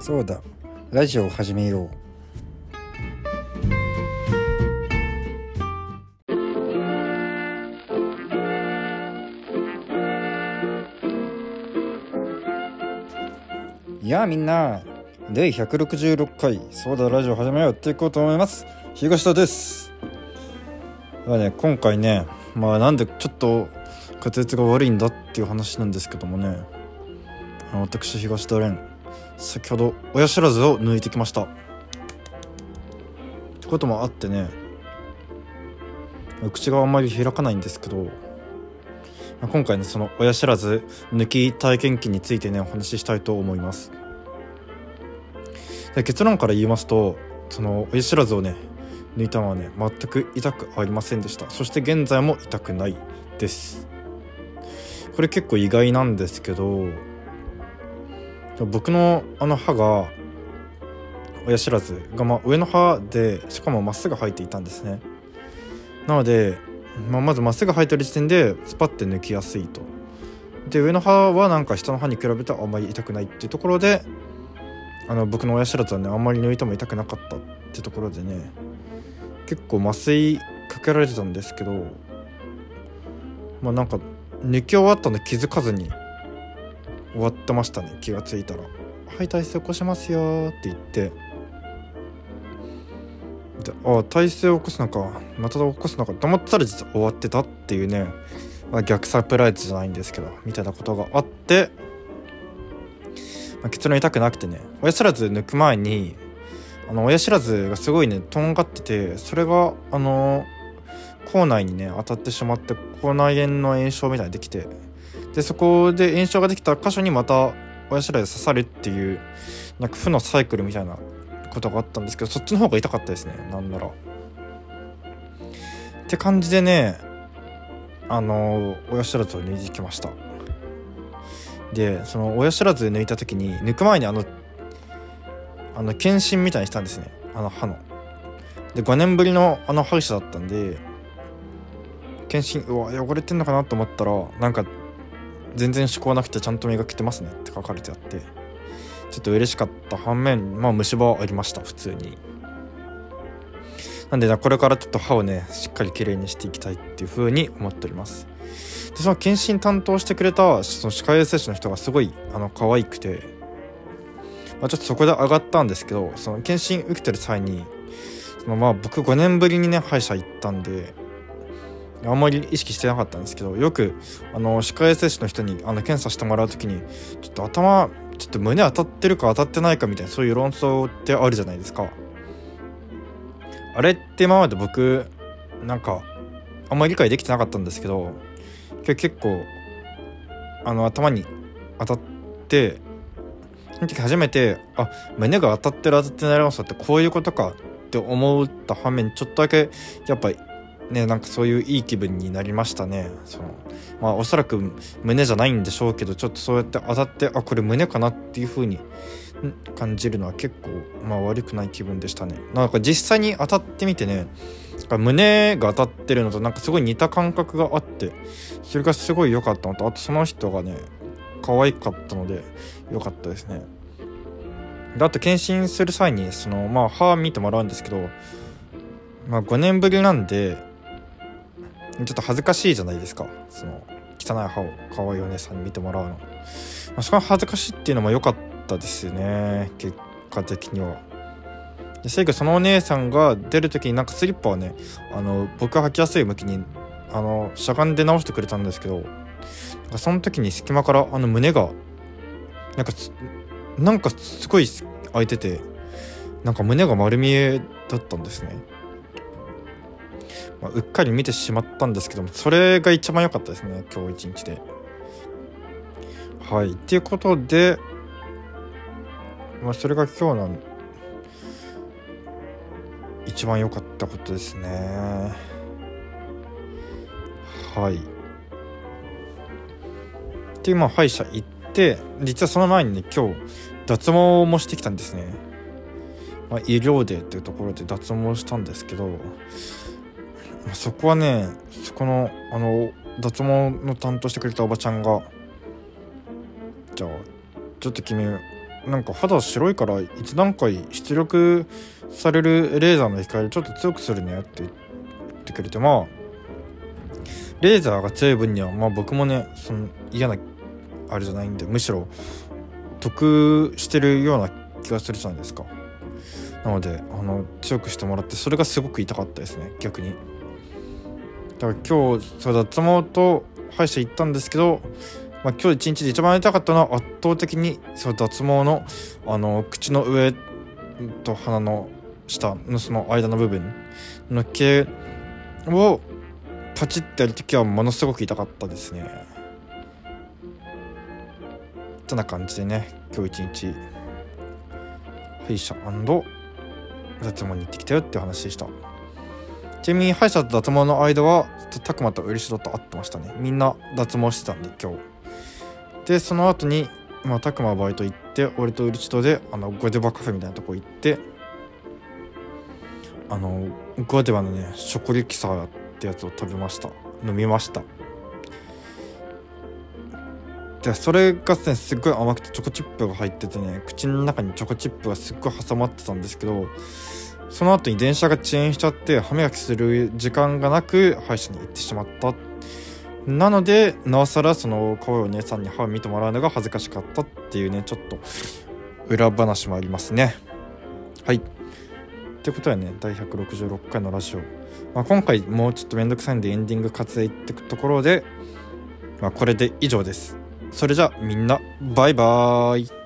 そうだ、ラジオを始めよう。いやあみんな、第166回そうだラジオ始めようっていこうと思います。東田です。今回ね、なんでちょっと滑舌が悪いんだっていう話なんですけどもね、私東田蓮、先ほど親知らずを抜いてきましたってこともあってね、口があんまり開かないんですけど、今回ね、その親知らず抜き体験記についてね、お話ししたいと思います。で、結論から言いますと、その親知らずをね抜いたのはね、全く痛くありませんでした。そして現在も痛くないです。これ結構意外なんですけど、僕の歯が、親知らずが上の歯で、しかもまっすぐ生えていたんですね。なので、まずまっすぐ生えてる時点でスパッて抜きやすいと。で、上の歯はなんか下の歯に比べてあんまり痛くないっていうところで、僕の親知らずはね、あんまり抜いても痛くなかったってところでね、結構麻酔かけられてたんですけど、なんか抜き終わったの気づかずに終わってましたね。気がついたら、はい、体勢起こしますよって言って、で、体勢を起こすのか、また起こすのかと思ったら実は終わってたっていうね、逆サプライズじゃないんですけど、みたいなことがあって、結論痛くなくてね、親知らず抜く前に親知らずがすごいねとんがってて、それが口内にね当たってしまって、口内炎の炎症みたいにできて、でそこで炎症ができた箇所にまた親知らず刺さるっていう、なんか負のサイクルみたいなことがあったんですけど、そっちの方が痛かったですね。なんならって感じでね、親知らずを抜いてきました。で、その親知らず抜いた時に、抜く前に検診みたいにしたんですね、歯の。で、5年ぶりの歯医者だったんで、検診、うわ汚れてんのかなと思ったら、なんか全然歯垢なくてちゃんと磨けてますねって書かれてあって、ちょっと嬉しかった反面、虫歯はありました、普通に。なんでこれからちょっと歯をねしっかりきれいにしていきたいっていう風に思っております。で、その検診担当してくれたその歯科衛生士の人がすごい可愛くて、ちょっとそこで上がったんですけど、その検診受けてる際に、僕5年ぶりにね歯医者行ったんで、あんまり意識してなかったんですけど、よく歯科衛生士の人に検査してもらうときに、ちょっと胸当たってるか当たってないかみたいな、そういう論争ってあるじゃないですか。あれって今まで僕なんかあんまり理解できてなかったんですけど、結構頭に当たって、その時初めて、胸が当たってる当たってない論争ってこういうことかって思った反面、ちょっとだけやっぱりね、なんかそういういい気分になりましたね。おそらく胸じゃないんでしょうけど、ちょっとそうやって当たって、これ胸かなっていう風に感じるのは結構悪くない気分でしたね。なんか実際に当たってみてね、胸が当たってるのとなんかすごい似た感覚があって、それがすごい良かったのと、あとその人がね可愛かったので良かったですね。で、あと検診する際に歯見てもらうんですけど、5年ぶりなんでちょっと恥ずかしいじゃないですか、その汚い歯を可愛いお姉さんに見てもらうの。その恥ずかしいっていうのも良かったですね、結果的には。で、それからそのお姉さんが出る時になんかスリッパをね、僕が履きやすい向きにしゃがんで直してくれたんですけど、その時に隙間から胸がなんかすごい開いてて、なんか胸が丸見えだったんですね。うっかり見てしまったんですけども、それが一番良かったですね、今日一日で。はい、っていうことで、それが今日の一番良かったことですね。はい。で、歯医者行って、実はその前にね、今日脱毛もしてきたんですね。医療デーっていうところで脱毛したんですけど、そこはね、そこの脱毛の担当してくれたおばちゃんが、じゃあちょっと君なんか肌白いから1段階出力されるレーザーの光ちょっと強くするねって言ってくれて、まあレーザーが強い分にはまあ僕もねその嫌なあれじゃないんで、むしろ得してるような気がするじゃないですか。なので強くしてもらって、それがすごく痛かったですね逆に。だから今日それ脱毛と歯医者行ったんですけど、まあ、今日一日で一番痛かったのは圧倒的にその脱毛の口の上と鼻の下のその間の部分の毛をパチッてやるときはものすごく痛かったですね。てな感じでね、今日一日歯医者脱毛に行ってきたよっていう話でした。ちなみに歯医者と脱毛の間はたくまとうりしろと会ってましたね。みんな脱毛してたんで今日で、その後にたくまバイト行って、俺とうりしろでゴデバカフェみたいなとこ行って、ゴデバのねショコリキサーってやつを飲みました。でそれがねすっごい甘くてチョコチップが入っててね、口の中にチョコチップがすっごい挟まってたんですけど、その後に電車が遅延しちゃって歯磨きする時間がなく歯医者に行ってしまった。なのでなおさらその可愛いお姉さんに歯を見てもらうのが恥ずかしかったっていうね、ちょっと裏話もありますね。はい、ってことはね、第166回のラジオ、今回もうちょっとめんどくさいんでエンディング割愛ってところで、これで以上です。それじゃあみんなバイバーイ。